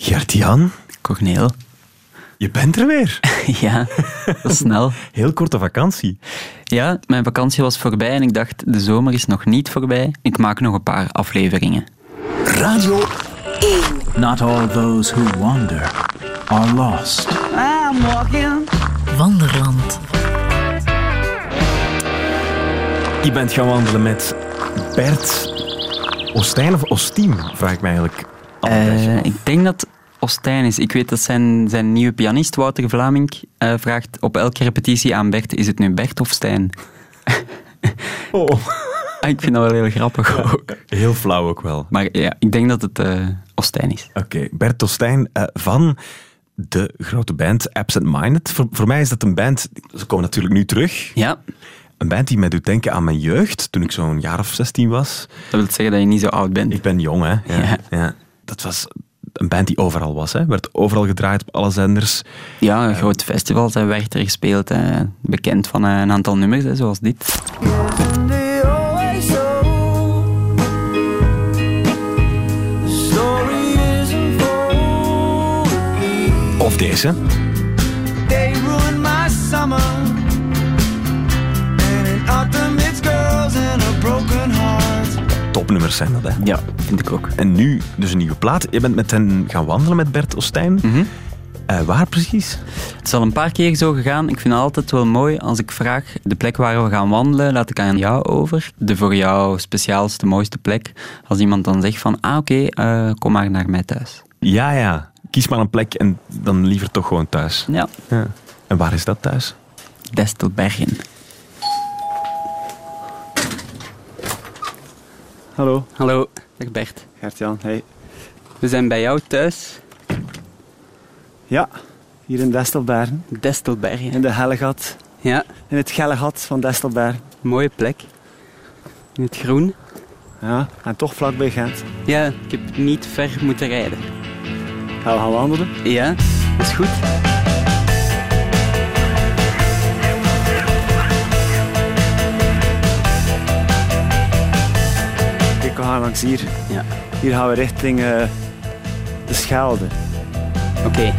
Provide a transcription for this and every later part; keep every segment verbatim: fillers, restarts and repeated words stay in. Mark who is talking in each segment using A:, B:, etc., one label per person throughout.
A: Gert-Jan?
B: Corneel.
A: Je bent er weer.
B: Ja, dat is snel.
A: Heel korte vakantie.
B: Ja, mijn vakantie was voorbij en ik dacht, de zomer is nog niet voorbij. Ik maak nog een paar afleveringen.
C: Radio één.
D: Not all those who wander are lost.
E: I'm walking.
C: Wanderland.
A: Je bent gaan wandelen met Bert Ostijn of Ostien, vraag ik me eigenlijk
B: Uh, ik denk dat Ostijn is. Ik weet dat zijn, zijn nieuwe pianist, Wouter Vlaming, uh, vraagt op elke repetitie aan Bert, is het nu Bert of Stijn?
A: Oh.
B: Ik vind dat wel heel grappig ook.
A: Heel flauw ook wel.
B: Maar ja, ik denk dat het uh, Ostijn is.
A: Oké, okay. Bert Ostijn uh, van de grote band Absent Minded. Voor, voor mij is dat een band, ze komen natuurlijk nu terug.
B: Ja.
A: Een band die mij doet denken aan mijn jeugd, toen ik zo'n jaar of zestien was.
B: Dat wil zeggen dat je niet zo oud bent.
A: Ik ben jong, hè. Ja,
B: ja.
A: ja. Dat was een band die overal was, hè. Werd overal gedraaid op alle zenders.
B: Ja, een groot festival, hij werd er gespeeld. Hè. Bekend van een aantal nummers, hè, zoals dit.
A: Of deze. Topnummers zijn dat, hè?
B: Ja, vind ik ook.
A: En nu dus een nieuwe plaat. Je bent met hen gaan wandelen met Bert Ostijn.
B: Mm-hmm.
A: Uh, waar precies?
B: Het is al een paar keer zo gegaan. Ik vind het altijd wel mooi als ik vraag de plek waar we gaan wandelen, laat ik aan jou over. De voor jou speciaalste, mooiste plek. Als iemand dan zegt van, ah oké, okay, uh, kom maar naar mij thuis.
A: Ja, ja. Kies maar een plek en dan liever toch gewoon thuis.
B: Ja.
A: ja. En waar is dat thuis?
B: Destelbergen.
F: Hallo.
B: Hallo, dag Bert.
F: Gert-Jan, hey.
B: We zijn bij jou thuis.
F: Ja, hier in Destelbergen.
B: Destelbergen.
F: In de Hellegat.
B: Ja.
F: In het Gellegat van Destelbergen.
B: Mooie plek. In het groen.
F: Ja, en toch vlakbij Gent.
B: Ja, ik heb niet ver moeten rijden.
F: Gaan we gaan wandelen?
B: Ja, dat is goed.
F: Kijk, we gaan langs hier.
B: Ja.
F: Hier gaan we richting uh, de Schelde.
B: Oké. Okay.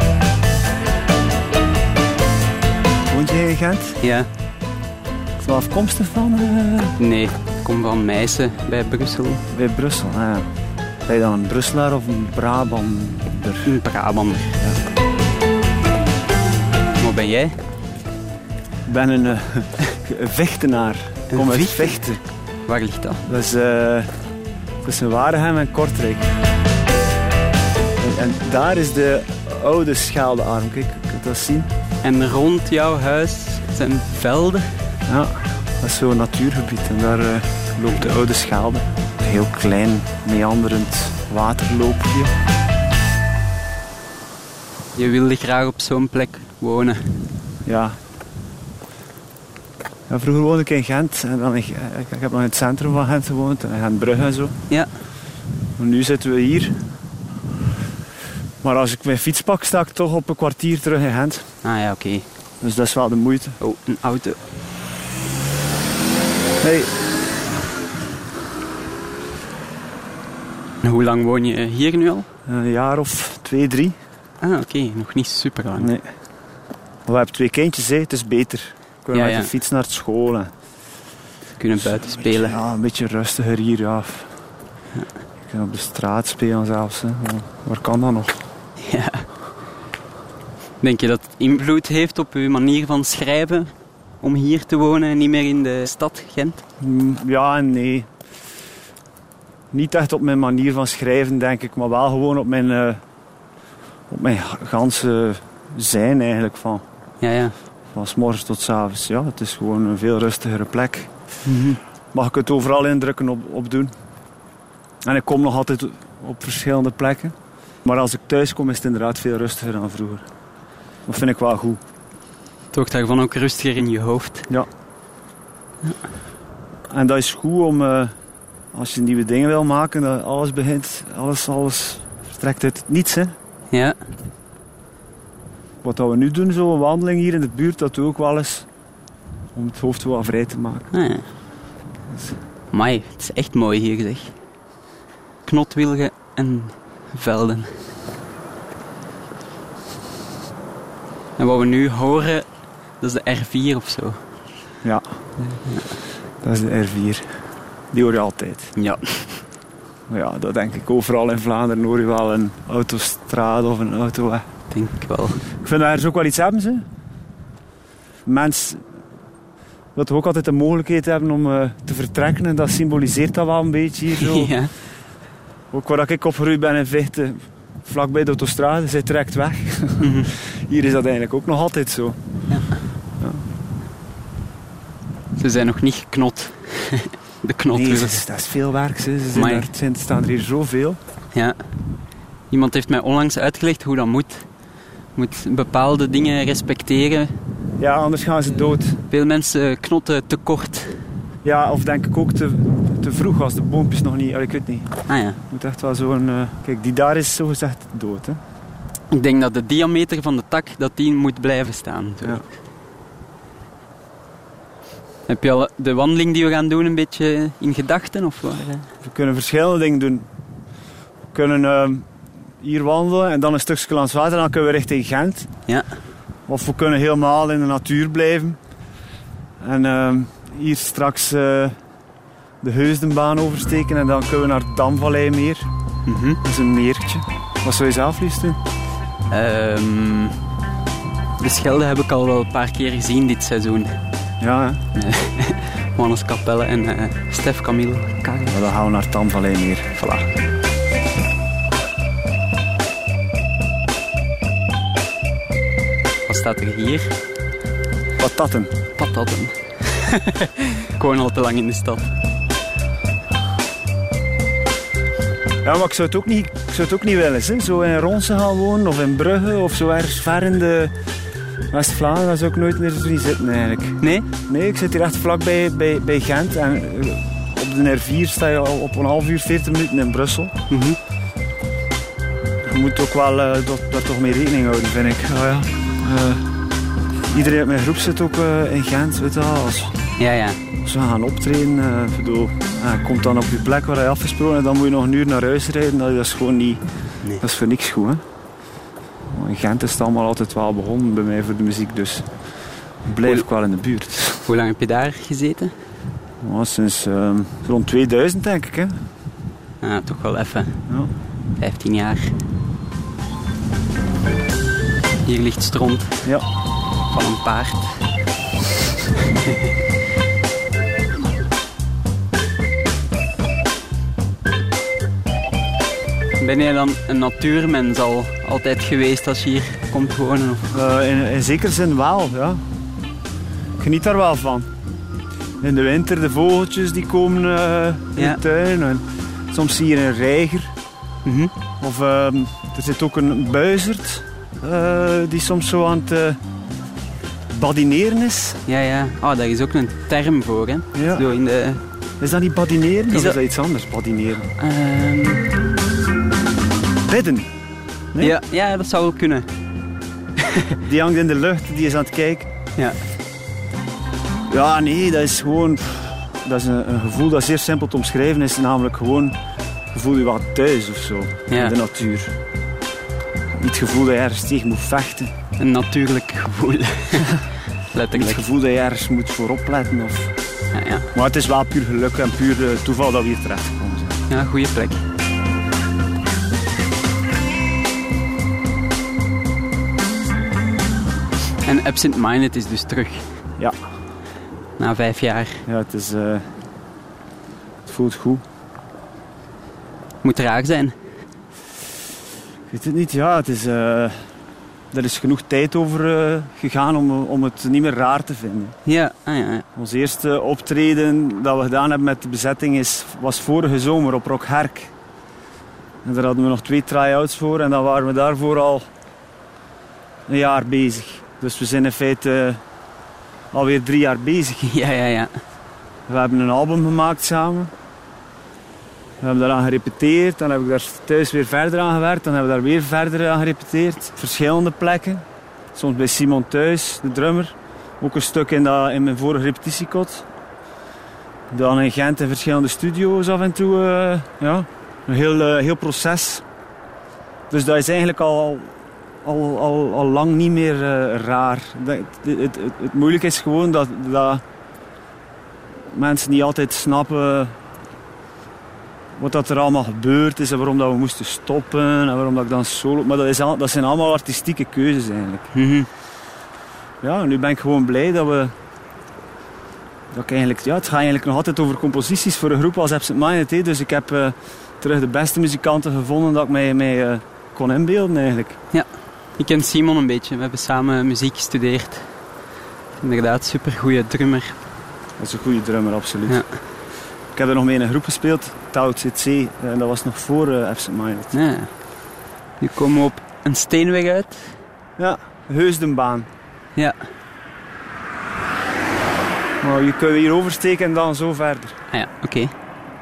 F: Woont je in Gent?
B: Ja.
F: Is je afkomstig van? Uh...
B: Nee, ik kom van Meissen bij Brussel.
F: Bij Brussel, ah, ja. Ben je dan een Brusselaar of een Brabander?
B: Een Brabander.
F: Ja.
B: Wat ben jij?
F: Ik ben een uh, vechtenaar. Ik kom uit Vechten.
B: Waar ligt dat?
F: Dat is uh, tussen Waregem en Kortrijk. En, en daar is de oude Scheldearm. Kijk, je kunt dat zien.
B: En rond jouw huis zijn velden?
F: Ja, dat is zo'n natuurgebied. En daar uh, loopt de oude Schelde. Een heel klein, meanderend waterloopje.
B: Je wilde graag op zo'n plek wonen?
F: Ja. Ja, vroeger woonde ik in Gent. En dan, ik, ik heb nog in het centrum van Gent gewoond. In Gentbrugge en zo.
B: Ja.
F: En nu zitten we hier. Maar als ik mijn fiets pak, sta ik toch op een kwartier terug in Gent.
B: Ah ja, oké. Okay.
F: Dus dat is wel de moeite.
B: Oh, een auto.
F: Hey.
B: En hoe lang woon je hier nu al?
F: Een jaar of twee, drie.
B: Ah, oké. Okay. Nog niet super lang.
F: Nee. We hebben twee kindjes, hè. Het is beter. We kunnen
B: ja,
F: met
B: ja.
F: de fiets naar school. Hè.
B: Ze kunnen buiten
F: een
B: spelen.
F: Beetje, ja, een beetje rustiger hier. Ja.
B: Ja.
F: Je kunt op de straat spelen zelfs. Hè. Waar kan dat nog?
B: Ja. Denk je dat het invloed heeft op uw manier van schrijven? Om hier te wonen en niet meer in de stad Gent?
F: Ja en nee. Niet echt op mijn manier van schrijven, denk ik. Maar wel gewoon op mijn... Uh, op mijn ganse zijn eigenlijk. Van,
B: ja, ja.
F: van 's morgens tot 's avonds. Ja, het is gewoon een veel rustigere plek.
B: Mm-hmm.
F: Mag ik het overal indrukken op, op doen. En ik kom nog altijd op verschillende plekken. Maar als ik thuis kom is het inderdaad veel rustiger dan vroeger. Dat vind ik wel goed.
B: Het wordt daarvan ook rustiger in je hoofd.
F: Ja. ja. En dat is goed om, uh, als je nieuwe dingen wil maken, dat alles begint, alles, alles vertrekt uit het niets. Hè.
B: Ja.
F: Wat we nu doen, zo'n wandeling hier in de buurt, dat doe ik ook wel eens. Om het hoofd wel vrij te maken.
B: Ah, ja.
F: Dus.
B: Amai, het is echt mooi hier zeg. Knotwilgen en velden. En wat we nu horen, dat is de R vier of zo.
F: Ja, dat is de R vier. Die hoor je altijd.
B: Ja.
F: Maar ja, dat denk ik. Overal in Vlaanderen hoor je wel een autostrade of een autoweg.
B: Denk ik wel.
F: Ik vind dat er ook wel iets hebben, ze. Mens wil toch ook altijd de mogelijkheid hebben om uh, te vertrekken. En dat symboliseert dat wel een beetje hier zo.
B: Ja.
F: Ook waar ik opgegroeid ben in Vechte, vlakbij de autostrade, zij trekt weg. Mm-hmm. Hier is dat eigenlijk ook nog altijd zo.
B: Ja.
F: Ja.
B: Ze zijn nog niet geknot. De knot.
F: Nee, dat is, dat is veel werk. Ze, ze zijn daar, zijn, er staan er hier zoveel.
B: Ja. Iemand heeft mij onlangs uitgelegd hoe dat moet. Je moet bepaalde dingen respecteren.
F: Ja, anders gaan ze dood.
B: Veel mensen knotten te kort.
F: Ja, of denk ik ook te, te vroeg als de boompjes nog niet... Ik weet niet.
B: Ah ja.
F: Je moet echt wel zo'n... Uh, kijk, die daar is zogezegd dood. Hè?
B: Ik denk dat de diameter van de tak dat die moet blijven staan. Zo.
F: Ja.
B: Heb je al de wandeling die we gaan doen een beetje in gedachten? Of waar?
F: We kunnen verschillende dingen doen. We kunnen uh, hier wandelen en dan een stukje langs water. En dan kunnen we richting Gent.
B: Ja.
F: Of we kunnen helemaal in de natuur blijven. En uh, hier straks uh, de Heusdenbaan oversteken. En dan kunnen we naar het Damvalleimeer.
B: Mm-hmm.
F: Dat is een meertje. Wat zou je zelf liefst doen?
B: Um, de Schelde heb ik al wel een paar keer gezien dit seizoen.
F: Ja, hè?
B: Mannes Capelle en uh, Stef Camille Karel.
F: Ja, dan gaan we naar het Damvalleimeer. Voilà.
B: Wat staat er hier?
F: Patatten.
B: Patatten. Ik woon al te lang in de stad.
F: Ja, maar ik zou het ook niet, ik zou het ook niet willen. Hè? Zo in Ronse gaan wonen of in Brugge of zo ergens ver in de West-Vlaanderen. Daar zou ik nooit meer zo niet zitten eigenlijk.
B: Nee?
F: Nee, ik zit hier echt vlakbij bij, bij Gent. En op de R vier sta je al op een half uur, veertig minuten in Brussel.
B: Mm-hmm.
F: Je moet ook wel uh, dat, daar toch mee rekening houden, vind ik. Oh, ja. uh, iedereen uit mijn groep zit ook uh, in Gent, weet je wel. Als,
B: Ja, ja.
F: als we gaan optreden, uh, bedoel, uh, komt dan op je plek waar je afgesproken hebt, dan moet je nog een uur naar huis rijden. Dat is gewoon niet...
B: Nee.
F: Dat is voor niks goed, hè. In Gent is het allemaal altijd wel begonnen bij mij voor de muziek, dus blijf ik wel in de buurt.
B: Hoe lang heb je daar gezeten?
F: Oh, sinds uh, rond tweeduizend, denk ik, hè.
B: Ah, toch wel even.
F: Ja.
B: vijftien jaar. Hier ligt stront
F: Ja.
B: van een paard. Ben jij dan een natuurmens al altijd geweest als je hier komt wonen? Of?
F: Uh, in, in zekere zin wel, ja. Ik geniet daar wel van. In de winter de vogeltjes die komen uh, in
B: Ja.
F: de tuin. En soms zie je een reiger.
B: Mm-hmm.
F: Of uh, er zit ook een buizerd uh, die soms zo aan het uh, badineren is.
B: Ja, ja. Oh, daar is ook een term voor, hè?
F: Ja.
B: Zo in de...
F: Is dat niet badineren? Of
B: Is
F: is
B: dat-
F: dat iets anders, badineren?
B: Ehm,
F: Bidden. Nee?
B: ja, ja, dat zou wel kunnen.
F: Die hangt in de lucht, die is aan het kijken.
B: Ja.
F: Ja, nee, dat is gewoon... Dat is een, een gevoel dat zeer simpel te omschrijven is. Namelijk gewoon... Je voelt je wat thuis of zo.
B: Ja.
F: In de natuur. Niet het gevoel dat je ergens tegen moet vechten.
B: Een natuurlijk gevoel.
F: Niet
B: Letterlijk.
F: het gevoel dat je ergens moet voor opletten. Of...
B: Ja, ja.
F: Maar het is wel puur geluk en puur uh, toeval dat we hier terecht gekomen zijn.
B: Ja, goede plek. En Absent Minded is dus terug.
F: Ja.
B: Na vijf jaar.
F: Ja, het is... Uh, het voelt goed.
B: Moet raar zijn.
F: Ik weet het niet, ja, het is... Uh, er is genoeg tijd over uh, gegaan om, om het niet meer raar te vinden.
B: Ja, ah, ja, ja.
F: Ons eerste optreden dat we gedaan hebben met de bezetting is, was vorige zomer op Rock Herk. En daar hadden we nog twee try-outs voor en dan waren we daarvoor al een jaar bezig. Dus we zijn in feite uh, alweer drie jaar bezig.
B: Ja, ja, ja.
F: We hebben een album gemaakt samen. We hebben daaraan gerepeteerd, dan heb ik daar thuis weer verder aan gewerkt, dan hebben we daar weer verder aan gerepeteerd. Verschillende plekken. Soms bij Simon thuis, de drummer. Ook een stuk in, dat, in mijn vorige repetitiekot. Dan in Gent in verschillende studio's af en toe. Uh, ja, een heel, uh, heel proces. Dus dat is eigenlijk al al, al, al lang niet meer uh, raar. Het, het, het, het moeilijke is gewoon dat, dat mensen niet altijd snappen wat dat er allemaal gebeurd is en waarom dat we moesten stoppen en waarom dat ik dan solo... Maar dat, is, dat zijn allemaal artistieke keuzes eigenlijk.
E: Mm-hmm.
F: Ja, nu ben ik gewoon blij dat we... Dat ik eigenlijk, ja, het gaat eigenlijk nog altijd over composities voor een groep als Absent Minded. Dus ik heb uh, terug de beste muzikanten gevonden dat ik mij, mij uh, kon inbeelden eigenlijk.
E: Ja, ik ken Simon een beetje. We hebben samen muziek gestudeerd. Inderdaad, supergoeie drummer.
F: Dat is een goede drummer, absoluut.
E: Ja.
F: Ik heb er nog mee in een groep gespeeld, Tau C C. En dat was nog voor uh, Absent Minded.
E: Ja. Nu komen we op een steenweg uit.
F: Ja, Heusdenbaan.
E: Ja.
F: Maar je kunt hier oversteken en dan zo verder.
E: Ah ja, oké. Okay.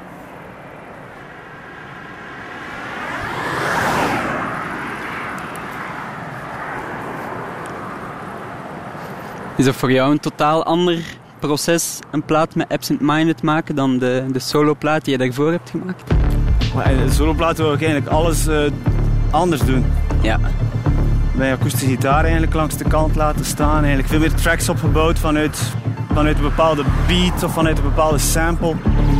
E: Is dat voor jou een totaal ander proces, een plaat met Absent Minded maken, dan de, de soloplaat die je daarvoor hebt gemaakt?
F: Maar in de soloplaat wil ik eigenlijk alles uh, anders doen.
E: Ja.
F: Mijn akoestische gitaar eigenlijk langs de kant laten staan. Eigenlijk veel meer tracks opgebouwd vanuit, vanuit een bepaalde beat of vanuit een bepaalde sample.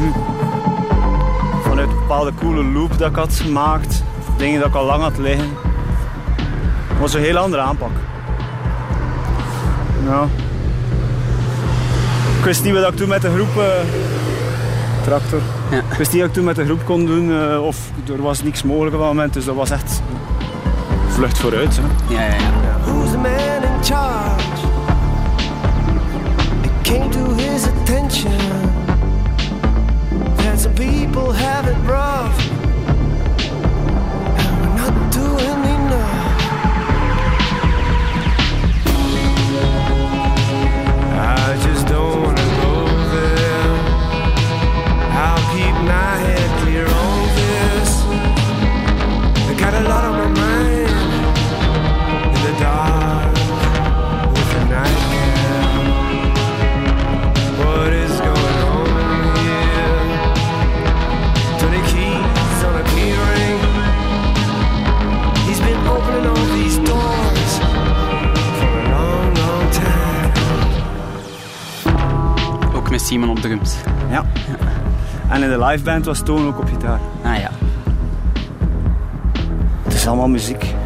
F: Vanuit een bepaalde coole loop dat ik had gemaakt. Dingen dat ik al lang had liggen. Dat was een heel andere aanpak. Nou. Ik wist niet wat ik toen met de groep... Uh, tractor.
E: Ja.
F: Ik wist niet wat ik toen met de groep kon doen. Uh, of er was niks mogelijk op dat moment. Dus dat was echt... vlucht vooruit. Hè.
E: Ja, ja, ja.
G: Who's the man in charge? It came to his attention that some people have it rough and we're not doing enough. I just don't wanna go there. I'll keep my head clear on this. I got a lot on my mind. The dark with the nightmare. What is going on here? Tony keys on a key ring. He's been opening all these doors for a long, long time.
E: Ook met Simon op drums.
F: Ja. Ja. En in de liveband was Toon ook op gitaar.
E: Ah ja.
F: Het is allemaal muziek.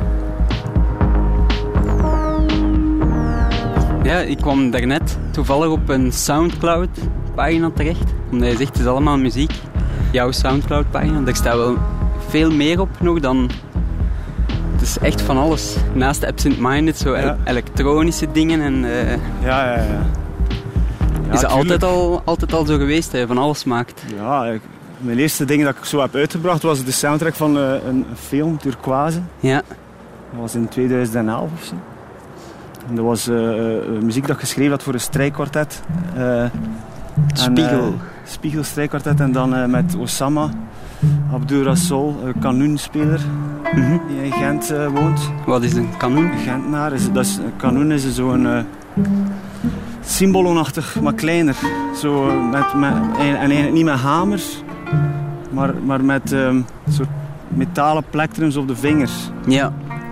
E: Ja, ik kwam daarnet toevallig op een Soundcloud-pagina terecht. Omdat je zegt, het is allemaal muziek. Jouw Soundcloud-pagina. Daar staat wel veel meer op nog dan... Het is echt van alles. Naast Absent Minded, zo
F: ja.
E: elektronische dingen. En, uh...
F: Ja, ja, ja. ja
E: is het altijd al, altijd al zo geweest, dat je van alles maakt?
F: Ja, ik, mijn eerste ding dat ik zo heb uitgebracht was de soundtrack van uh, een film, Turquoise.
E: Ja.
F: Dat was in tweeduizend elf of zo. En dat was uh, uh, muziek dat ik geschreven had voor een strijkkwartet. Uh,
E: Spiegel.
F: En, uh, Spiegel strijkkwartet en dan uh, met Osama Abdul Rasoul, een kanoenspeler
E: Mm-hmm.
F: die in Gent uh, woont.
E: Wat is een kanoen?
F: Een Gentenaar. Is, dat is, een kanoen is zo'n uh, symbolonachtig, maar kleiner. Zo, uh, met, met, en eigenlijk niet met hamers, maar, maar met um, soort metalen plektrums op de vingers.
E: Ja.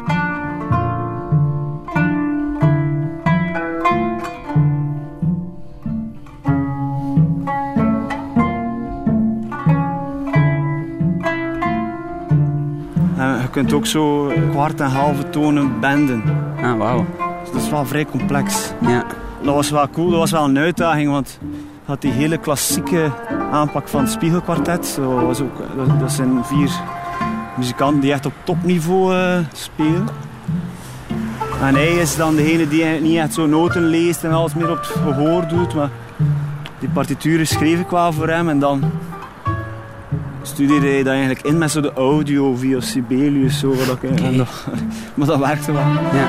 F: Je kunt ook zo kwart en halve tonen benden.
E: Ah, wauw.
F: Dus dat is wel vrij complex.
E: Ja.
F: Dat was wel cool, dat was wel een uitdaging, want je had die hele klassieke aanpak van het Spiegelkwartet. Zo was ook, dat, dat zijn vier muzikanten die echt op topniveau uh, spelen. En hij is dan degene die niet echt zo noten leest en alles meer op het gehoor doet, maar die partituren schreef ik wel voor hem en dan studeerde hij dat eigenlijk in met zo de audio via Sibelius. Zo, dat ik,
E: okay.
F: dat, maar dat werkte wel.
E: Ja.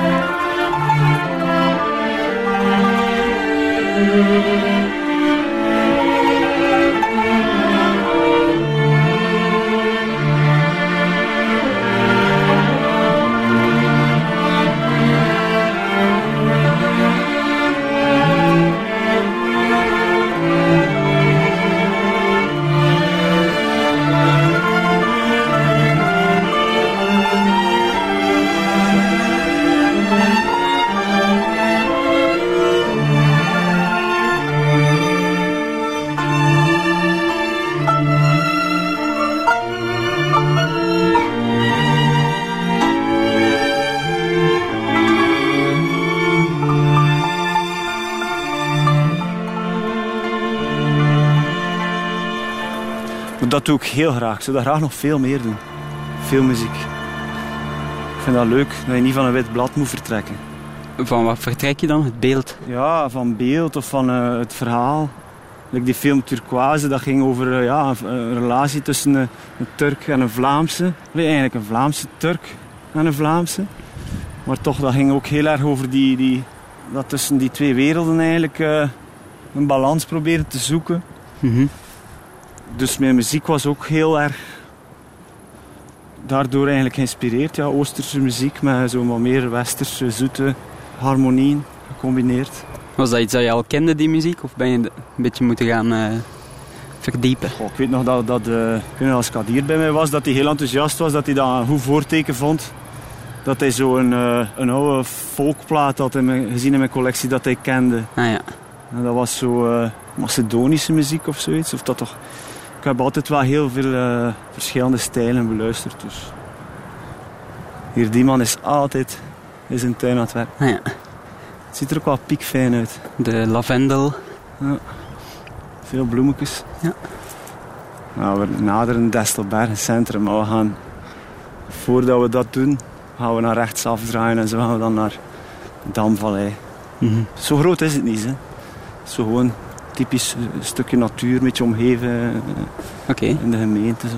F: dat doe ik heel graag. Ik zou dat graag nog veel meer doen. Veel muziek. Ik vind dat leuk, dat je niet van een wit blad moet vertrekken.
E: Van wat vertrek je dan? Het beeld?
F: Ja, van beeld of van uh, het verhaal. Like die film Turquoise, dat ging over uh, ja, een, een relatie tussen uh, een Turk en een Vlaamse. Nee, eigenlijk een Vlaamse Turk en een Vlaamse. Maar toch, dat ging ook heel erg over die, die, dat tussen die twee werelden eigenlijk uh, een balans proberen te zoeken.
E: Mm-hmm.
F: Dus mijn muziek was ook heel erg daardoor eigenlijk geïnspireerd. Ja, Oosterse muziek met zo wat meer westerse, zoete harmonieën gecombineerd.
E: Was dat iets dat je al kende, die muziek? Of ben je een beetje moeten gaan uh, verdiepen?
F: Goh, ik weet nog dat, dat uh, ik weet nog als Kadir bij mij was, dat hij heel enthousiast was, dat hij dat een goed voorteken vond. Dat hij zo'n uh, een oude folkplaat had in mijn, gezien in mijn collectie dat hij kende.
E: Ah ja.
F: En dat was zo uh, Macedonische muziek of zoiets. Of dat toch... Ik heb altijd wel heel veel uh, verschillende stijlen beluisterd. Dus. Hier, die man is altijd in zijn tuin aan het werk.
E: Ah ja.
F: Het ziet er ook wel piekfijn uit.
E: De lavendel.
F: Ja. Veel bloemetjes.
E: Ja.
F: Nou, we naderen Destelbergen Centrum, maar we gaan, voordat we dat doen, gaan we naar rechts afdraaien en zo gaan we dan naar Damvallei.
E: Mm-hmm.
F: Zo groot is het niet, hè. Zo gewoon typisch een stukje natuur, een beetje omgeven
E: okay.
F: in de gemeente. Zo.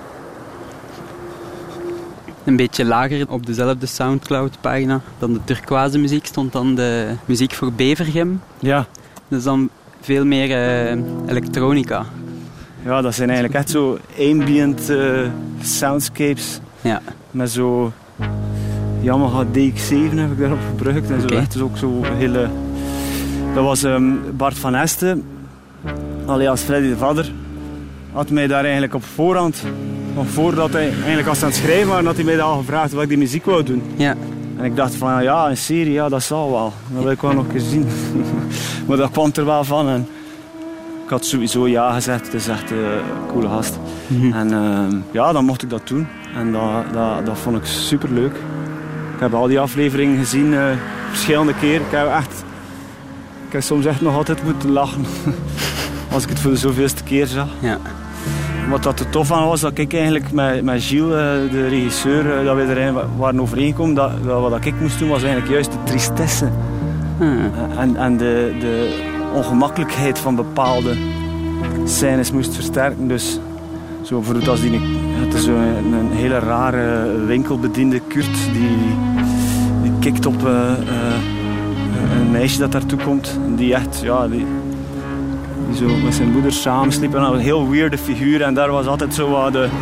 E: Een beetje lager op dezelfde Soundcloud-pagina dan de Turquoise muziek stond dan de muziek voor Bevergem.
F: Ja.
E: Dat is dan veel meer uh, elektronica.
F: Ja, dat zijn eigenlijk echt zo ambient uh, soundscapes.
E: Ja.
F: Met zo Yamaha D X zeven heb ik daarop gebruikt. En zo
E: okay.
F: echt ook zo hele... Dat was um, Bart van Esten, alias Freddy de Vader, had mij daar eigenlijk op voorhand, nog voordat hij eigenlijk als aan het schrijven was, had hij mij al gevraagd wat ik die muziek wou doen.
E: Ja.
F: En ik dacht van ja, een serie, ja, dat zal wel. Dat wil ik wel nog een keer zien. Maar dat kwam er wel van. En ik had sowieso ja gezegd, het is echt een coole gast.
E: Mm-hmm.
F: En uh, ja, dan mocht ik dat doen. En dat, dat, dat vond ik super leuk. Ik heb al die afleveringen gezien, uh, verschillende keren. Ik heb echt... Ik heb soms echt nog altijd moeten lachen. Als ik het voor de zoveelste keer zag.
E: Ja.
F: Wat dat er tof aan was, dat ik eigenlijk met, met Gilles, de regisseur, dat we er waren overeengekomen, dat, dat wat ik moest doen was eigenlijk juist de tristesse.
E: Hmm.
F: En, en de, de ongemakkelijkheid van bepaalde scènes moest versterken. Dus zo bijvoorbeeld als die, het is een, een hele rare winkelbediende Kurt, die, die kikt op uh, uh, een meisje dat daartoe komt. Die echt, ja... Die, die zo met zijn moeder samensliep. En dat was een heel weirde figuur. En daar was altijd zo wat de...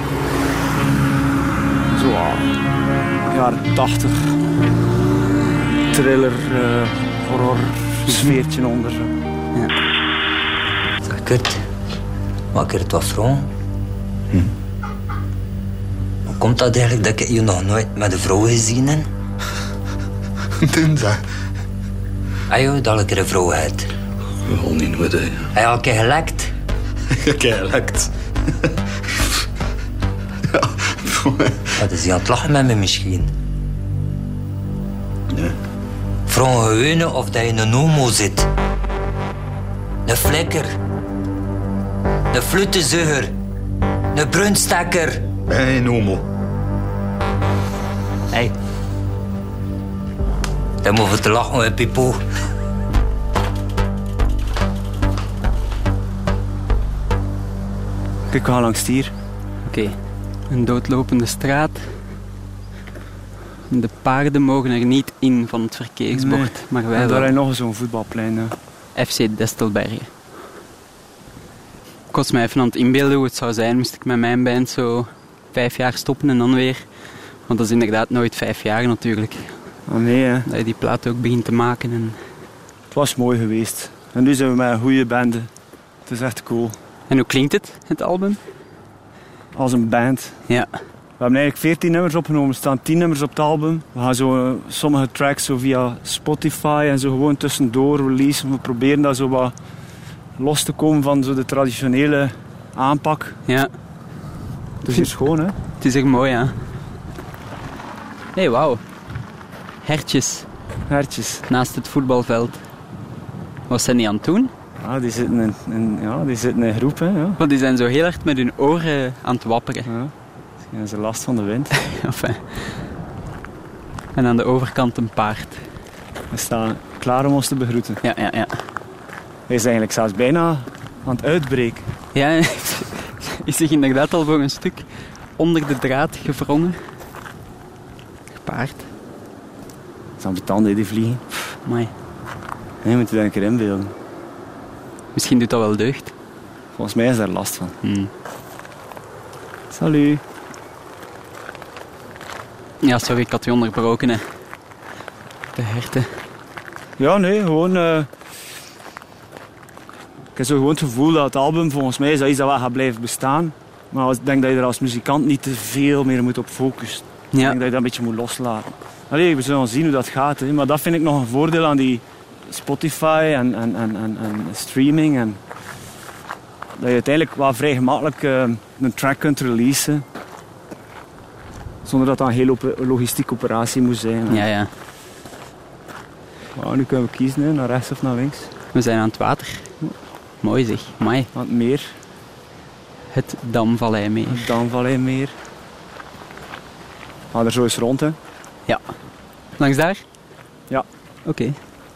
F: Zo wat... jaren tachtig... thriller, uh, horror sfeertje onder.
E: Ja.
H: Zeg Kurt, maak je het wat vrouw? Hm. Hoe komt dat eigenlijk dat ik je nog nooit met een vrouw gezien heb?
I: Dinsdag.
H: Ah joh, dat ik er een vrouw had.
I: Gewoon niet met hij.
H: Hij had al een keer gelekt.
I: Een keer gelekt. Ja,
H: Wat is hij aan het lachen met me misschien?
I: Nee.
H: Vraag gewone of dat je een homo zit. Een flikker. Een flutezuiger. Een bruinstekker.
I: Hey, een homo.
H: Hé. Hey. Dan moet je te lachen, hè, Pipo.
F: Kijk, we gaan langs hier.
E: Oké, okay. Een doodlopende straat. De paarden mogen er niet in van het verkeersbord,
F: Nee.
E: maar wij
F: En daar
E: wel.
F: heb je nog zo'n voetbalplein. Ja.
E: F C Destelbergen. Ik was mij even aan het inbeelden hoe het zou zijn, moest ik met mijn band zo vijf jaar stoppen en dan weer. Want dat is inderdaad nooit vijf jaar natuurlijk.
F: Oh nee, hè.
E: Dat je die plaat ook begint te maken. En,
F: Het was mooi geweest. En nu zijn we met een goede bende. Het is echt cool.
E: en hoe klinkt het, het album?
F: Als een band.
E: Ja.
F: We hebben eigenlijk veertien nummers opgenomen. Er staan tien nummers op het album. We gaan zo uh, sommige tracks zo via Spotify en zo gewoon tussendoor releasen. We proberen dat zo wat los te komen van zo de traditionele aanpak.
E: Ja.
F: Het is hier schoon, hè?
E: Het is echt mooi, hè? Hé, hey, wauw. Hertjes
F: Hertjes.
E: naast het voetbalveld. Wat zijn die aan het doen?
F: Ja, die zitten in, in, ja, die zitten in groepen. Ja.
E: Want die zijn zo heel hard met hun oren aan het wapperen.
F: Ja. Misschien hebben ze last van de wind.
E: Enfin. En aan de overkant een paard.
F: We staan klaar om ons te begroeten.
E: Ja, ja, ja.
F: Hij is eigenlijk zelfs bijna aan het uitbreken.
E: Ja, is zich inderdaad al voor een stuk onder de draad gevrongen. Paard.
F: Dat zijn de tanden die vliegen.
E: Amai.
F: Je moet je daar een keer inbeelden.
E: Misschien doet dat wel deugd.
F: Volgens mij is daar last van.
E: Hmm.
F: Salut.
E: Ja, sorry, ik had je onderbroken. Hè. De herten.
F: Ja, nee, gewoon... Uh... Ik heb zo gewoon het gevoel dat het album, volgens mij, is dat iets dat wel gaat blijven bestaan. Maar ik denk dat je er als muzikant niet te veel meer moet op focussen.
E: Ja.
F: Ik denk dat je dat een beetje moet loslaten. Allee, we zullen zien hoe dat gaat. Hè. Maar dat vind ik nog een voordeel aan die Spotify en, en, en, en, en streaming. En dat je uiteindelijk wel vrij gemakkelijk uh, een track kunt releasen. Zonder dat dat een hele op- logistieke operatie moet zijn. Hè.
E: Ja, ja.
F: Nou, nu kunnen we kiezen, hè, naar rechts of naar links.
E: We zijn aan het water. Mooi zeg. Amai.
F: Aan het meer.
E: Het Damvalleimeer.
F: Het Damvalleimeer. Ga er zo eens rond, hè.
E: Ja. Langs daar?
F: Ja.
E: Oké. Okay.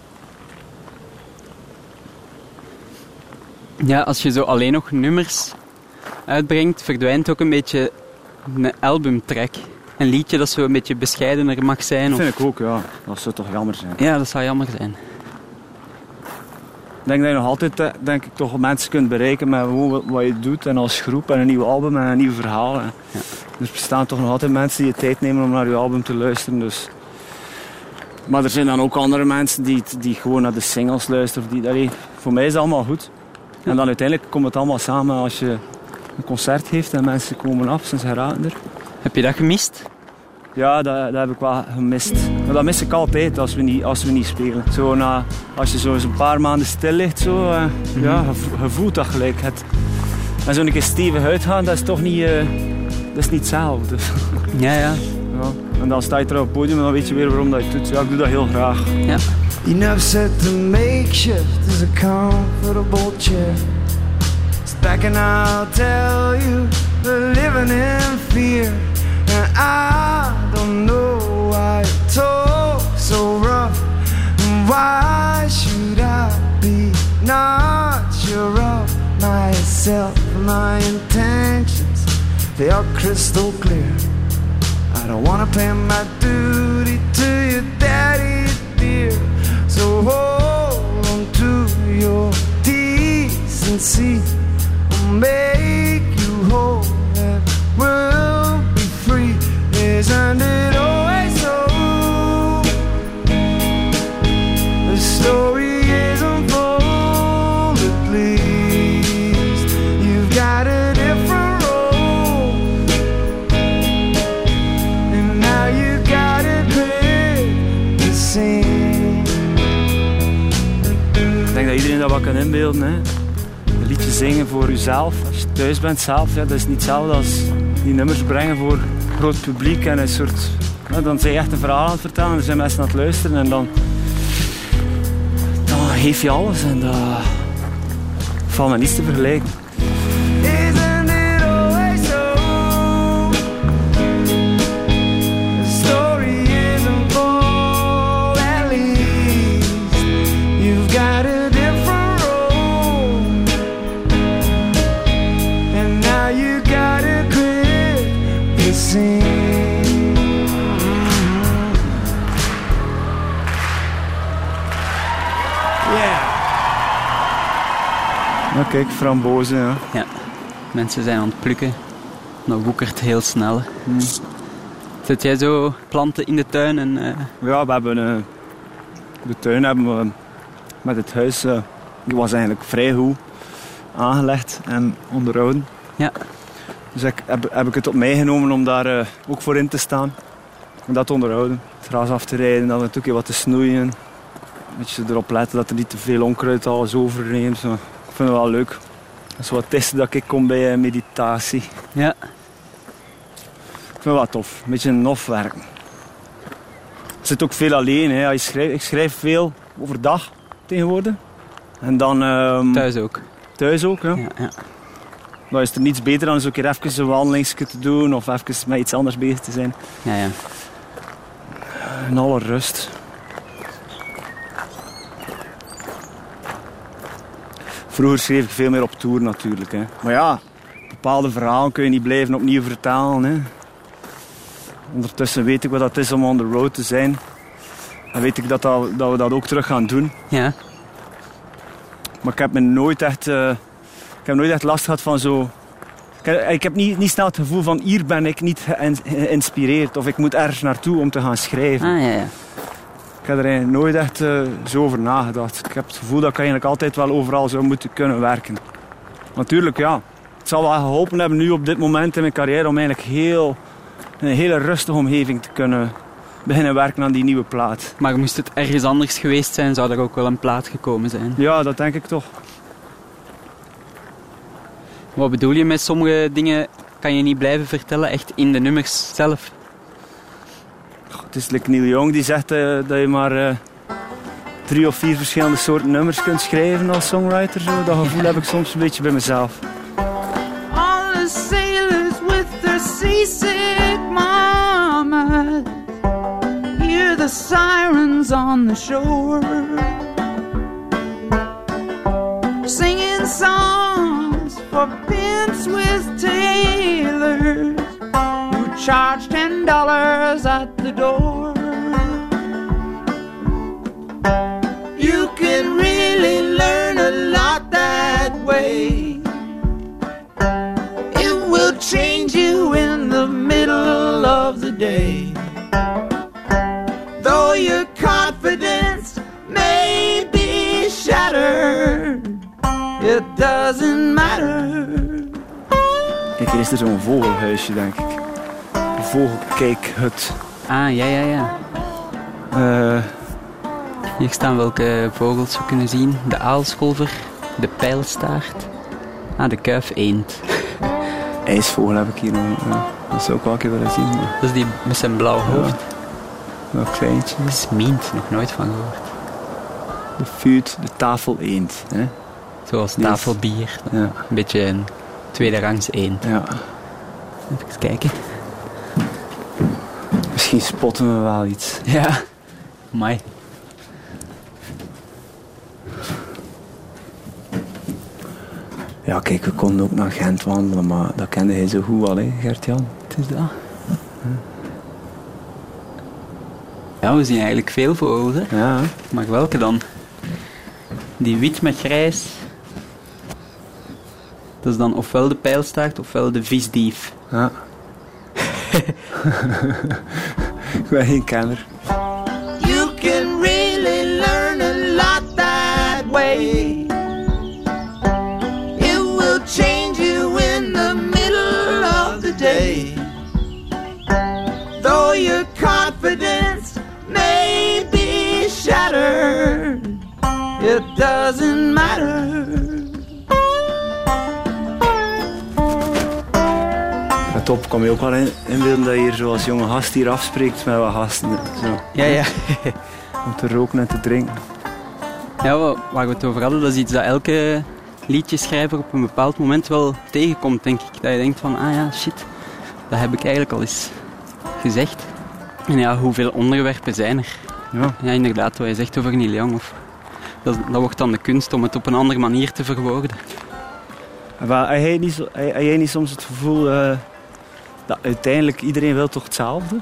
E: Ja, als je zo alleen nog nummers uitbrengt, verdwijnt ook een beetje een albumtrack. Een liedje dat zo een beetje bescheidener mag zijn.
F: Dat
E: of...
F: vind ik ook, ja. Dat zou toch jammer zijn.
E: Ja, dat zou jammer zijn.
F: Ik denk dat je nog altijd denk ik, toch mensen kunt bereiken met gewoon wat je doet en als groep en een nieuw album en een nieuw verhaal. Ja. Er bestaan toch nog altijd mensen die de tijd nemen om naar je album te luisteren. Dus. Maar er zijn dan ook andere mensen die, die gewoon naar de singles luisteren. Of die, allee, voor mij is dat allemaal goed. Ja. En dan uiteindelijk komt het allemaal samen als je een concert geeft en mensen komen af, ze geraken er.
E: Heb je dat gemist?
F: Ja, dat, dat heb ik wel gemist. Maar dat mis ik altijd als we niet, als we niet spelen. Zo na, als je zo eens een paar maanden stil ligt, zo, uh, mm-hmm. ja, je, je voelt dat gelijk. Het, en zo een keer stevig uitgaan, dat is toch niet, uh, dat is niet hetzelfde.
E: Ja, ja.
F: Ja. En dan sta je er op het podium en dan weet je weer waarom dat je het doet. Ja, ik doe dat heel graag.
E: Ja.
G: You never said the makeshift is a comfortable chair. It's back and I'll tell you, we're living in fear. And I don't know why you talk so rough. And why should I be not sure of myself? My intentions, they are crystal clear. I don't wanna pay my duty to your daddy dear. So hold on to your decency. I'll make you whole and we'll be free. Isn't it always so? The story isn't folded, please. You've got a different role, and now you gotta quit the scene.
F: Ik denk dat iedereen dat wat kan inbeelden. Hè. Een liedje zingen voor jezelf. Als je thuis bent zelf, ja, dat is niet hetzelfde als die nummers brengen voor een groot publiek. En een soort, ja, dan zijn je echt een verhaal aan het vertellen en er zijn mensen aan het luisteren. En dan, dan geef je alles en dat valt met niets te vergelijken.
G: Isn't it always so? The story isn't full, at least you've got a different role, and now you gotta quit the scene.
F: Nou kijk, frambozen, ja.
E: Ja. Mensen zijn aan het plukken. Dat woekert heel snel. Hmm. Zet jij zo planten in de tuin? En, uh...
F: Ja, we hebben uh, de tuin hebben we met het huis, uh, die was eigenlijk vrij goed aangelegd en onderhouden.
E: Ja.
F: Dus ik, heb, heb ik het op mij genomen om daar uh, ook voor in te staan. En dat te onderhouden. Het gras af te rijden, dan natuurlijk wat te snoeien. Een beetje erop letten dat er niet te veel onkruid alles overneemt. Zo. Ik vind het wel leuk. Dat is wat testen dat ik kom bij uh, meditatie.
E: Ja.
F: Ik vind het wel tof. Een beetje nof werken. Ik zit ook veel alleen. Hè. Ik, schrijf, ik schrijf veel overdag tegenwoordig. En dan... Um,
E: thuis ook?
F: Thuis ook, ja.
E: ja, ja.
F: Dan is er niets beter dan eens een keer even een wandelingsje te doen of even met iets anders bezig te zijn.
E: Ja, ja.
F: In alle rust. Vroeger schreef ik veel meer op tour natuurlijk. Hè. Maar ja, bepaalde verhalen kun je niet blijven opnieuw vertalen. Hè. Ondertussen weet ik wat het is om on the road te zijn. Dan weet ik dat, dat, dat we dat ook terug gaan doen.
E: Ja.
F: Maar ik heb me nooit echt, uh, ik heb nooit echt last gehad van zo... Ik heb, ik heb niet, niet snel het gevoel van hier ben ik niet geïnspireerd. Of ik moet ergens naartoe om te gaan schrijven.
E: Ah, ja, ja.
F: Ik heb er eigenlijk nooit echt uh, zo over nagedacht. Ik heb het gevoel dat ik eigenlijk altijd wel overal zou moeten kunnen werken. Natuurlijk, ja. Het zal wel geholpen hebben nu op dit moment in mijn carrière om eigenlijk heel, in een hele rustige omgeving te kunnen beginnen werken aan die nieuwe plaat.
E: Maar moest het ergens anders geweest zijn, zou er ook wel een plaat gekomen zijn?
F: Ja, dat denk ik toch.
E: Wat bedoel je met sommige dingen kan je niet blijven vertellen, echt in de nummers zelf?
F: Het is like Neil Young die zegt uh, dat je maar uh, drie of vier verschillende soorten nummers kunt schrijven als songwriter. Zo. Dat gevoel heb ik soms een beetje bij mezelf.
J: All the sailors with their seasick mamas hear the sirens on the shore singing songs for pence with tailors who charge ten dollars at the door. You can really learn a lot that way. It will change you in the middle of the day. Though your confidence may be shattered, it doesn't matter.
F: Kijk, hier is er zo'n vogelhuisje, denk ik. Een vogelkijkhut.
E: Ah, ja, ja, ja.
F: Uh,
E: Hier staan welke vogels we kunnen zien. De aalscholver, de pijlstaart. Ah, de kuifeend.
F: IJsvogel heb ik hier nog. Ja. Dat zou ik wel een keer willen zien. Maar...
E: Dat is die met zijn blauw hoofd.
F: Ja. Nog kleintje.
E: Smient, nog nooit van gehoord.
F: De vuut, de tafeleend. Hè?
E: Zoals tafelbier. Ja. Een beetje een tweederangs eend.
F: Ja.
E: Even kijken.
F: Misschien spotten we wel iets.
E: Ja, amai.
F: Ja, kijk, we konden ook naar Gent wandelen, maar dat kende hij zo goed al, hè, Gert-Jan.
E: Het is dat. Ja, we zien eigenlijk veel vogels, hè.
F: Ja.
E: Maar welke dan? Die wit met grijs. Dat is dan ofwel de pijlstaart, ofwel de visdief.
F: Ja. Ik ben geen kenner.
J: You can really learn a lot that way. It will change you in the middle of the day. Though your confidence may be shattered, it doesn't matter.
F: Top, kan je ook wel in, inbeelden dat je hier zo als jonge gast hier afspreekt met wat gasten. Zo.
E: Ja, ja.
F: Om te roken en te drinken.
E: Ja, waar we het over hadden, dat is iets dat elke liedjeschrijver op een bepaald moment wel tegenkomt, denk ik. Dat je denkt van, ah ja, shit, dat heb ik eigenlijk al eens gezegd. En ja, hoeveel onderwerpen zijn er?
F: Ja,
E: ja inderdaad, wat je zegt over Neil Young. Of, dat, dat wordt dan de kunst om het op een andere manier te verwoorden.
F: Heb jij niet, heb jij niet soms het gevoel uh, dat uiteindelijk iedereen wil toch hetzelfde?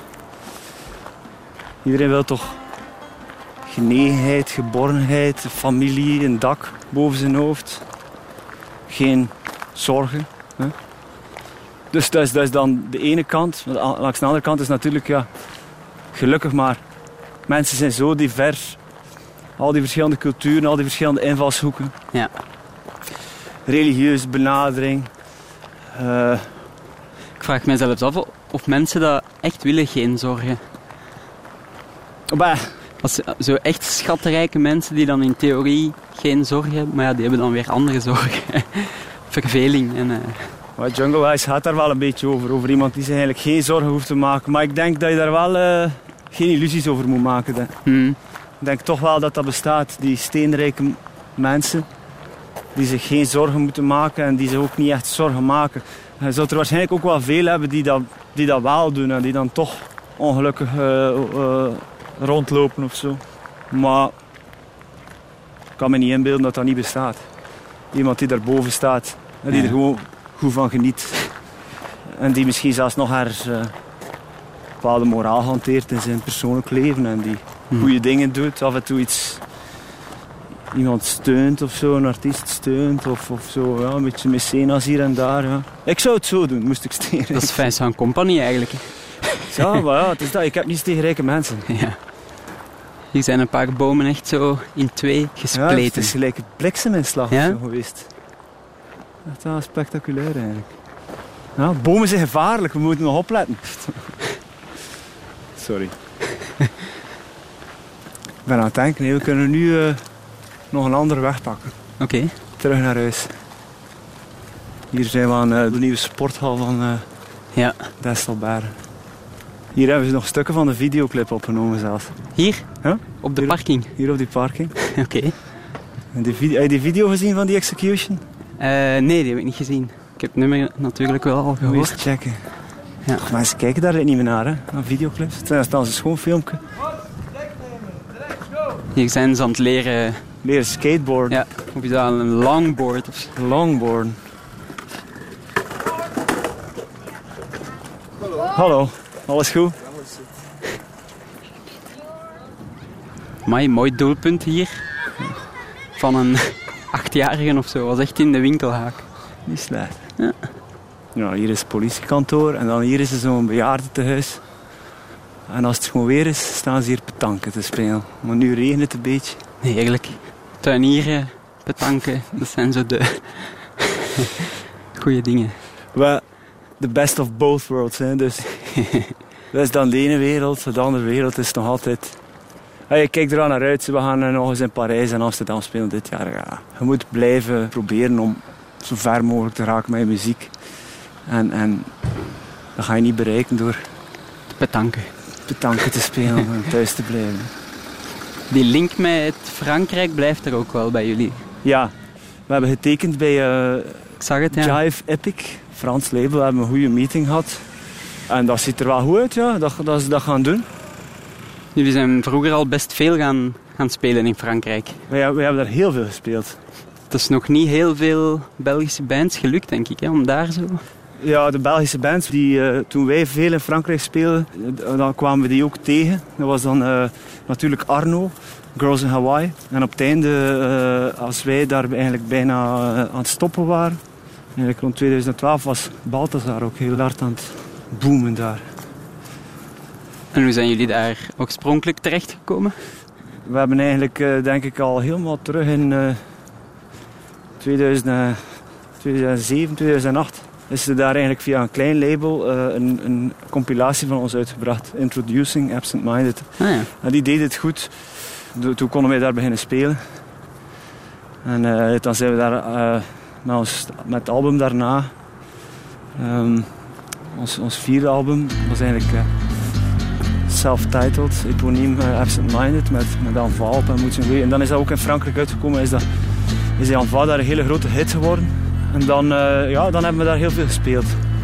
F: Iedereen wil toch genegenheid, geborgenheid, familie, een dak boven zijn hoofd. Geen zorgen. Hè? Dus dat is, dat is dan de ene kant. Langs de andere kant is natuurlijk, ja, gelukkig maar, mensen zijn zo divers. Al die verschillende culturen, al die verschillende invalshoeken.
E: Ja.
F: Religieuze benadering. Uh,
E: Ik vraag me zelfs af of mensen dat echt willen, geen zorgen.
F: Bah.
E: Als, zo echt schatrijke mensen die dan in theorie geen zorgen hebben, maar ja, die hebben dan weer andere zorgen. Verveling. En, uh...
F: maar Jungle Wise gaat daar wel een beetje over. Over iemand die zich eigenlijk geen zorgen hoeft te maken. Maar ik denk dat je daar wel uh, geen illusies over moet maken.
E: Hmm.
F: Ik denk toch wel dat dat bestaat. Die steenrijke mensen die zich geen zorgen moeten maken en die zich ook niet echt zorgen maken. Je zult er waarschijnlijk ook wel veel hebben die dat, die dat wel doen en die dan toch ongelukkig uh, uh, rondlopen of zo. Maar ik kan me niet inbeelden dat dat niet bestaat. Iemand die daarboven staat en die ja. er gewoon goed van geniet. En die misschien zelfs nog ergens uh, bepaalde moraal hanteert in zijn persoonlijk leven. En die hmm. goede dingen doet, af en toe iets... Iemand steunt of zo, een artiest steunt of, of zo. Ja, een beetje mecenas hier en daar. Ja. Ik zou het zo doen, moest ik steren.
E: Dat is Vincent Compagnie eigenlijk.
F: Ja, maar ja, het is dat. Ik heb niets tegen rijke mensen.
E: Ja. Hier zijn een paar bomen echt zo in twee gespleten.
F: Ja, het is gelijk een blikseminslag
E: ja?
F: of zo geweest. Echt wel spectaculair eigenlijk. Ja, bomen zijn gevaarlijk, we moeten nog opletten. Sorry. Ik ben aan het denken, nee, we kunnen nu uh, nog een andere weg pakken.
E: Oké. Okay.
F: Terug naar huis. Hier zijn we aan uh, de nieuwe sporthal van uh,
E: ja.
F: Destelberen. Hier hebben ze nog stukken van de videoclip opgenomen zelfs.
E: Hier?
F: Huh?
E: Op de
F: hier,
E: parking?
F: Hier op die parking.
E: Oké. Okay.
F: Heb je die video gezien van die execution?
E: Uh, nee, die heb ik niet gezien. Ik heb het nummer natuurlijk wel al gehoord.
F: Moet eens checken. Ja. Och, mensen kijken daar niet meer naar, hè, naar videoclips. Het is een schoon filmpje.
E: Hier zijn ze aan het leren...
F: Leren skateboarden.
E: Ja, of is dat een longboard? Of zo?
F: Longboarden. Hallo, alles goed?
E: Amai, mooi doelpunt hier. Van een achtjarige of zo. Was echt in de winkelhaak.
F: Niet slecht.
E: Ja.
F: Ja, hier is het politiekantoor en dan hier is er zo'n bejaardentehuis. En als het gewoon weer is, staan ze hier petanken te spelen. Maar nu regent het een beetje.
E: Nee, eigenlijk. Tuinieren, petanken, dat zijn zo de goede dingen.
F: Well, the best of both worlds. Hè. Dus dat is dan de ene wereld, de andere wereld is nog altijd... Hey, ik kijk er al naar uit, we gaan nog eens in Parijs en Amsterdam spelen dit jaar. Ja. Je moet blijven proberen om zo ver mogelijk te raken met je muziek. En, en dat ga je niet bereiken door...
E: Petanken.
F: Petanken te spelen en thuis te blijven.
E: Die link met Frankrijk blijft er ook wel bij jullie?
F: Ja, we hebben getekend bij uh,
E: ik zag het, ja.
F: Jive Epic, Frans label. We hebben een goede meeting gehad. En dat ziet er wel goed uit, ja, dat, dat ze dat gaan doen.
E: Jullie zijn vroeger al best veel gaan, gaan spelen in Frankrijk.
F: Wij, wij hebben daar heel veel gespeeld.
E: Het is nog niet heel veel Belgische bands gelukt, denk ik, hè, om daar zo...
F: Ja, de Belgische bands, die, uh, toen wij veel in Frankrijk speelden, dan kwamen we die ook tegen. Dat was dan uh, natuurlijk Arno, Girls in Hawaii. En op het einde, uh, als wij daar eigenlijk bijna uh, aan het stoppen waren, eigenlijk rond twintig twaalf, was Balthazar ook heel hard aan het boomen daar.
E: En hoe zijn jullie daar oorspronkelijk terechtgekomen?
F: We hebben eigenlijk, uh, denk ik, al helemaal terug in uh, tweeduizend zeven, tweeduizend acht... is er daar eigenlijk via een klein label uh, een, een compilatie van ons uitgebracht. Introducing Absent Minded.
E: Ah, ja.
F: En die deed het goed. Toen konden wij daar beginnen spelen. En uh, dan zijn we daar uh, met, ons, met het album daarna. Um, ons, ons vierde album was eigenlijk uh, self-titled, eponiem uh, Absent Minded met, met Anval op en Moets en Wee. En dan is dat ook in Frankrijk uitgekomen. Is, dat, is die Anval daar een hele grote hit geworden. En dan, uh, ja, dan hebben we daar heel veel gespeeld.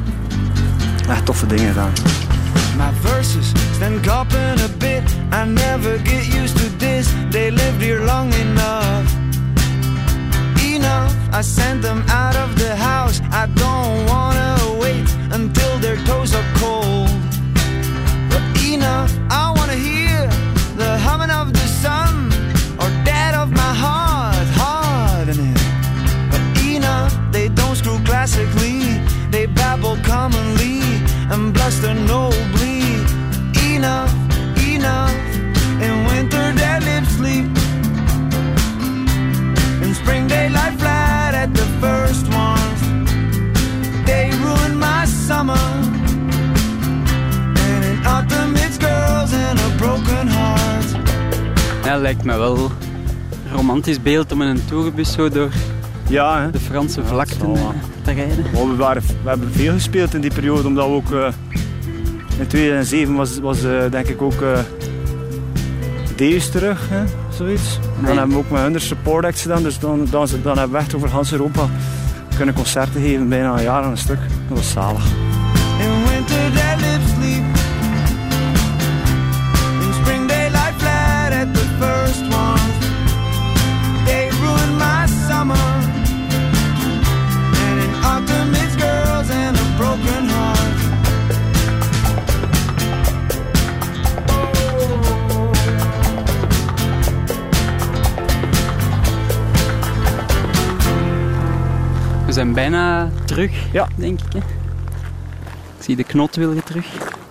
F: Echt toffe dingen gedaan.
J: My verses stand copping a bit. I never get used to this. They lived here long enough. Enough, I sent them out of the house. I don't wanna wait until their toes are cold. But enough, I wanna hear the humming of the sun or that of my heart, heart in it. They don't screw classically, they babble commonly and bluster nobly. Enough, enough. In winter their lips sleep. In spring they lie flat at the first ones. They ruin my summer. And in autumn it's girls and a broken heart.
E: Ja, lijkt me wel een romantisch beeld om in een tourbus zo door...
F: Ja, hè?
E: De Franse ja, vlakten uh, te rijden.
F: Oh, we, waren, we hebben veel gespeeld in die periode, omdat we ook... Uh, in tweeduizend zeven was, was uh, denk ik ook uh, Deus terug. Hè? zoiets. Dan
E: Nee.
F: hebben we ook met hun support acts gedaan, dus dan, dan, dan hebben we echt over Hans Europa kunnen concerten geven, bijna een jaar aan een stuk. Dat was zalig.
J: In winter their lips sleep. In spring they lie flat at the first one. They ruined my summer. And in autumn it's girls and a broken heart.
E: We zijn bijna terug,
F: Ja.
E: denk ik. Hè? Ik zie de knotwilgen terug.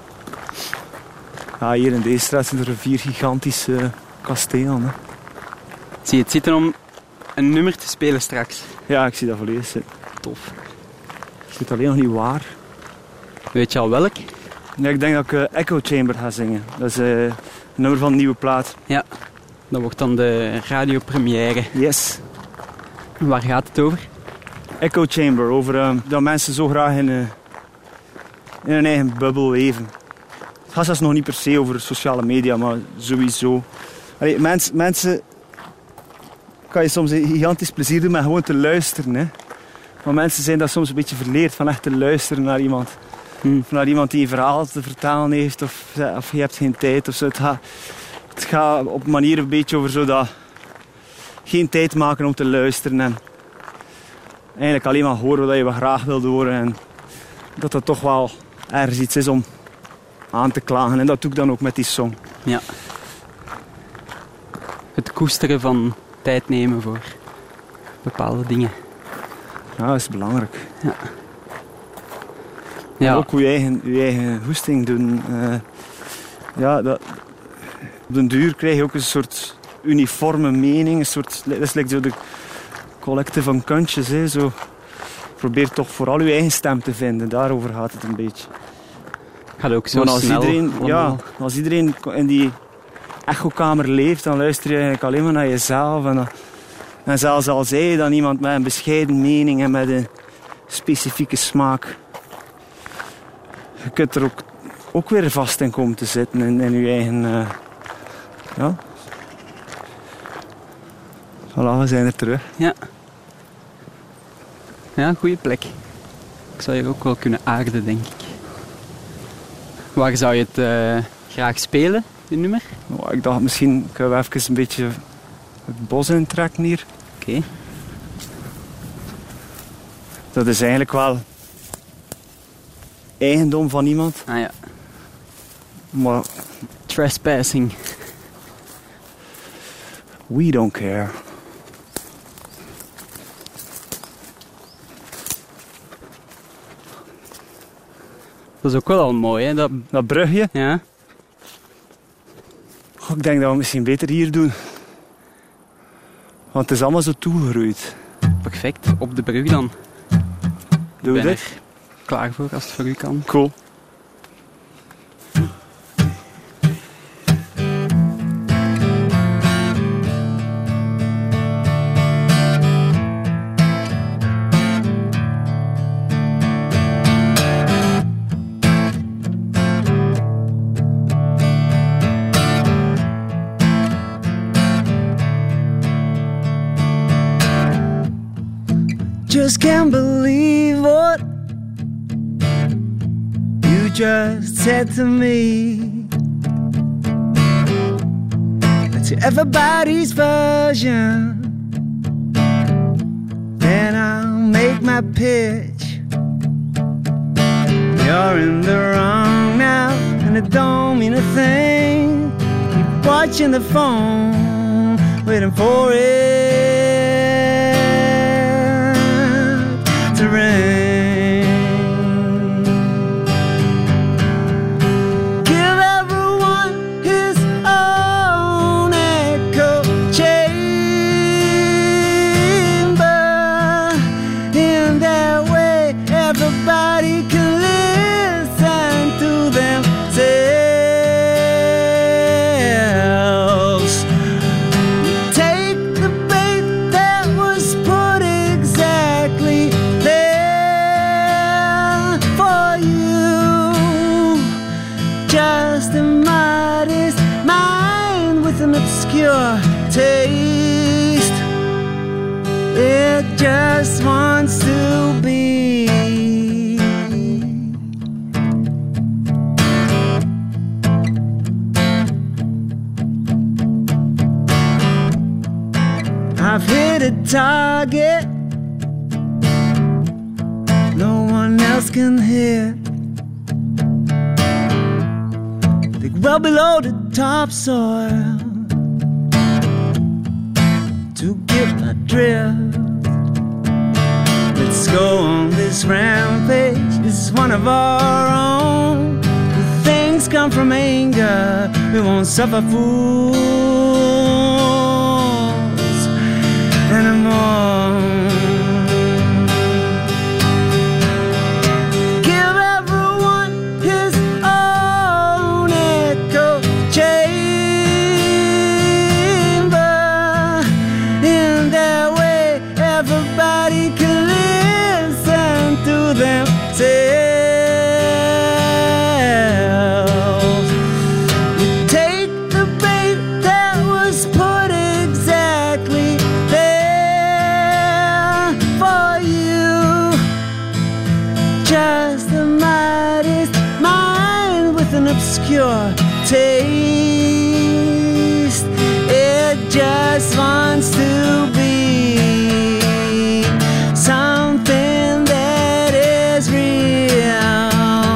F: Ja, hier in deze straat zijn er vier gigantische kastelen. Hè.
E: Zie je het zitten om een nummer te spelen straks.
F: Ja, ik zie dat volledig zitten.
E: Tof.
F: Ik weet alleen nog niet waar.
E: Weet je al welk?
F: Ja, ik denk dat ik uh, Echo Chamber ga zingen. Dat is uh, een nummer van een nieuwe plaat.
E: Ja. Dat wordt dan de radiopremière.
F: Yes.
E: Waar gaat het over?
F: Echo Chamber, over uh, dat mensen zo graag in, uh, in hun eigen bubbel leven. Het gaat zelfs nog niet per se over sociale media, maar sowieso. Allee, mens, mensen kan je soms een gigantisch plezier doen met gewoon te luisteren. Hè. Maar mensen zijn dat soms een beetje verleerd van echt te luisteren naar iemand.
E: Hmm.
F: Of naar iemand die een verhaal te vertalen heeft, of, of je hebt geen tijd of zo. Het gaat, het gaat op een manier een beetje over zo dat geen tijd maken om te luisteren en eigenlijk alleen maar horen wat je wat graag wilt horen en dat dat toch wel ergens iets is om aan te klagen. En dat doe ik dan ook met die song.
E: Ja. Het koesteren van tijd nemen voor bepaalde dingen.
F: Ja, dat is belangrijk.
E: Ja.
F: En
E: Ja.
F: ook je eigen, je eigen hoesting doen. Uh, ja, dat, op den duur krijg je ook een soort uniforme mening. Een soort, dat is like zo de collective unconscious. Hè, zo. Probeer toch vooral je eigen stem te vinden. Daarover gaat het een beetje.
E: Gaat ook zo
F: Want als
E: snel.
F: iedereen, ja,
E: wandelen.
F: als iedereen in die echokamer leeft, dan luister je eigenlijk alleen maar naar jezelf. En, dan, en zelfs al zei je dan iemand met een bescheiden mening en met een specifieke smaak, je kunt er ook, ook weer vast in komen te zitten in, in je eigen... Uh, ja. Voilà, we zijn er terug.
E: Ja. Ja, een goede plek. Ik zou hier ook wel kunnen aarden, denk ik. Waar zou je het uh, graag spelen, dit nummer?
F: Oh, ik dacht misschien kunnen we even een beetje het bos intrekken hier.
E: Oké. Okay.
F: Dat is eigenlijk wel eigendom van iemand.
E: Ah ja.
F: Maar
E: trespassing.
F: We don't care.
E: Dat is ook wel al mooi, hè? Dat,
F: dat brugje.
E: Ja.
F: Oh, ik denk dat we misschien beter hier doen. Want het is allemaal zo toegegroeid.
E: Perfect. Op de brug dan.
F: Doen we
E: ben
F: dit?
E: er klaar voor als het voor u kan.
F: Cool.
J: Just can't believe what you just said to me. It's everybody's version. Then I'll make my pitch. You're in the wrong now, and it don't mean a thing. Keep watching the phone, waiting for it to rain. Give everyone his own echo chamber. In that way, everybody can listen to themselves. Take the bait that was put exactly there for you. Just a modest mind with an obscure taste. It just wants to be. I've hit a target no one else can hit. Dig well below the topsoil to get my drift. Let's go on this rampage. This is one of our own. The things come from anger. We won't suffer fools anymore. Give everyone his own echo chamber. In their way, everybody can listen to themselves. You take the bait that was put exactly there for you. Just the mightiest mind with an obscure taste. It just wants to be something that is real.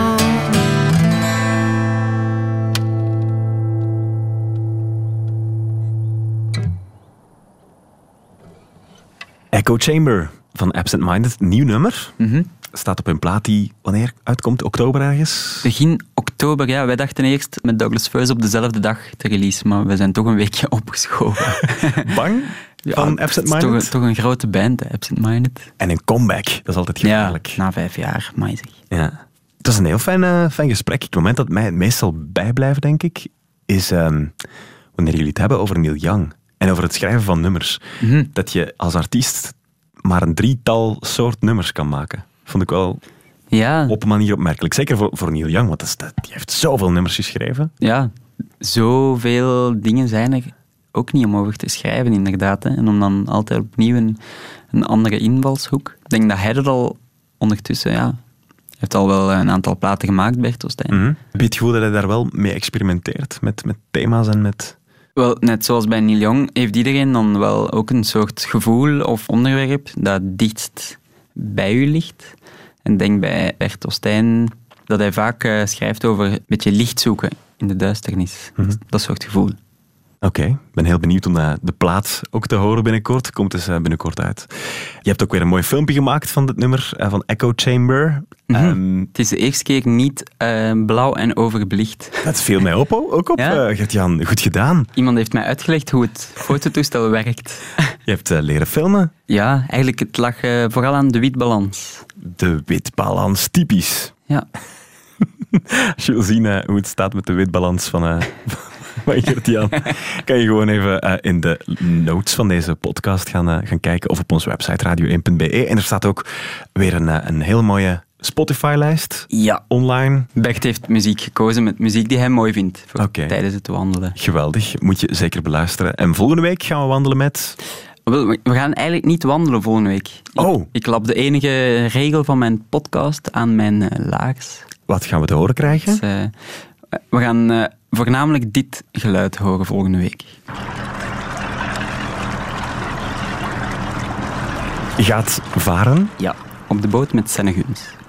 A: Echo Chamber van Absent Minded, nieuw nummer.
B: Mhm.
A: Staat op een plaat die wanneer uitkomt? Oktober ergens?
B: Begin oktober, ja. Wij dachten eerst met Douglas Furze op dezelfde dag te release, maar we zijn toch een weekje opgeschoven.
A: Bang? Van
B: Ja,
A: Absent
B: het is
A: Minded?
B: Toch, toch een grote band, hè, Absent Minded.
A: En een comeback, dat is altijd gevaarlijk.
B: Ja, na vijf jaar, maar zeg.
A: Ja. Het was een heel fijn, uh, fijn gesprek. Het moment dat mij het meest zal bijblijven, denk ik, is um, wanneer jullie het hebben over Neil Young en over het schrijven van nummers.
B: Mm-hmm.
A: Dat je als artiest maar een drietal soort nummers kan maken. Vond ik wel
B: Ja,
A: op een manier opmerkelijk. Zeker voor, voor Neil Young, want dat is, dat, die heeft zoveel nummers geschreven.
B: ja, zoveel dingen zijn er ook niet om over te schrijven, inderdaad. Hè. En om dan altijd opnieuw een, een andere invalshoek. Ik denk dat hij dat al ondertussen, ja, heeft al wel een aantal platen gemaakt, Bert Ostijn.
A: Mm-hmm. Heb je het gevoel dat hij daar wel mee experimenteert? Met, met thema's en met...
B: Wel, net zoals bij Neil Young heeft iedereen dan wel ook een soort gevoel of onderwerp dat dichtst bij u ligt. En ik denk bij Bert Ostijn dat hij vaak uh, schrijft over een beetje licht zoeken in de duisternis.
A: Mm-hmm.
B: Dat, dat soort gevoel.
A: Oké, ik ben heel benieuwd om uh, de plaat ook te horen binnenkort. Komt dus uh, binnenkort uit. Je hebt ook weer een mooi filmpje gemaakt van dit nummer, uh, van Echo Chamber.
B: Mm-hmm.
A: Um,
B: Het is de eerste keer niet uh, blauw en overbelicht.
A: dat viel mij op, ook op.
B: Ja.
A: Uh, Gert-Jan, goed gedaan.
B: Iemand heeft mij uitgelegd hoe het fototoestel werkt.
A: Je hebt uh, leren filmen.
B: Ja, eigenlijk het lag uh, vooral aan de witbalans.
A: De witbalans, typisch.
B: Ja.
A: Als je wil zien uh, hoe het staat met de witbalans van... Uh, van Gert-Jan, kan je gewoon even uh, in de notes van deze podcast gaan, uh, gaan kijken of op onze website radio één punt be. En er staat ook weer een, uh, een hele mooie Spotify-lijst
B: Ja.
A: online.
B: Bert heeft muziek gekozen met muziek die hij mooi vindt voor
A: Oké.
B: tijdens het wandelen.
A: Geweldig, moet je zeker beluisteren. En volgende week gaan we wandelen met...
B: Wel, We we gaan eigenlijk niet wandelen volgende week. Ik,
A: Oh.
B: ik lap de enige regel van mijn podcast aan mijn uh, laars.
A: Wat gaan we te horen krijgen?
B: Dus, uh, we gaan uh, voornamelijk dit geluid horen volgende week.
A: Je gaat varen.
B: Ja, op de boot met Senneguns.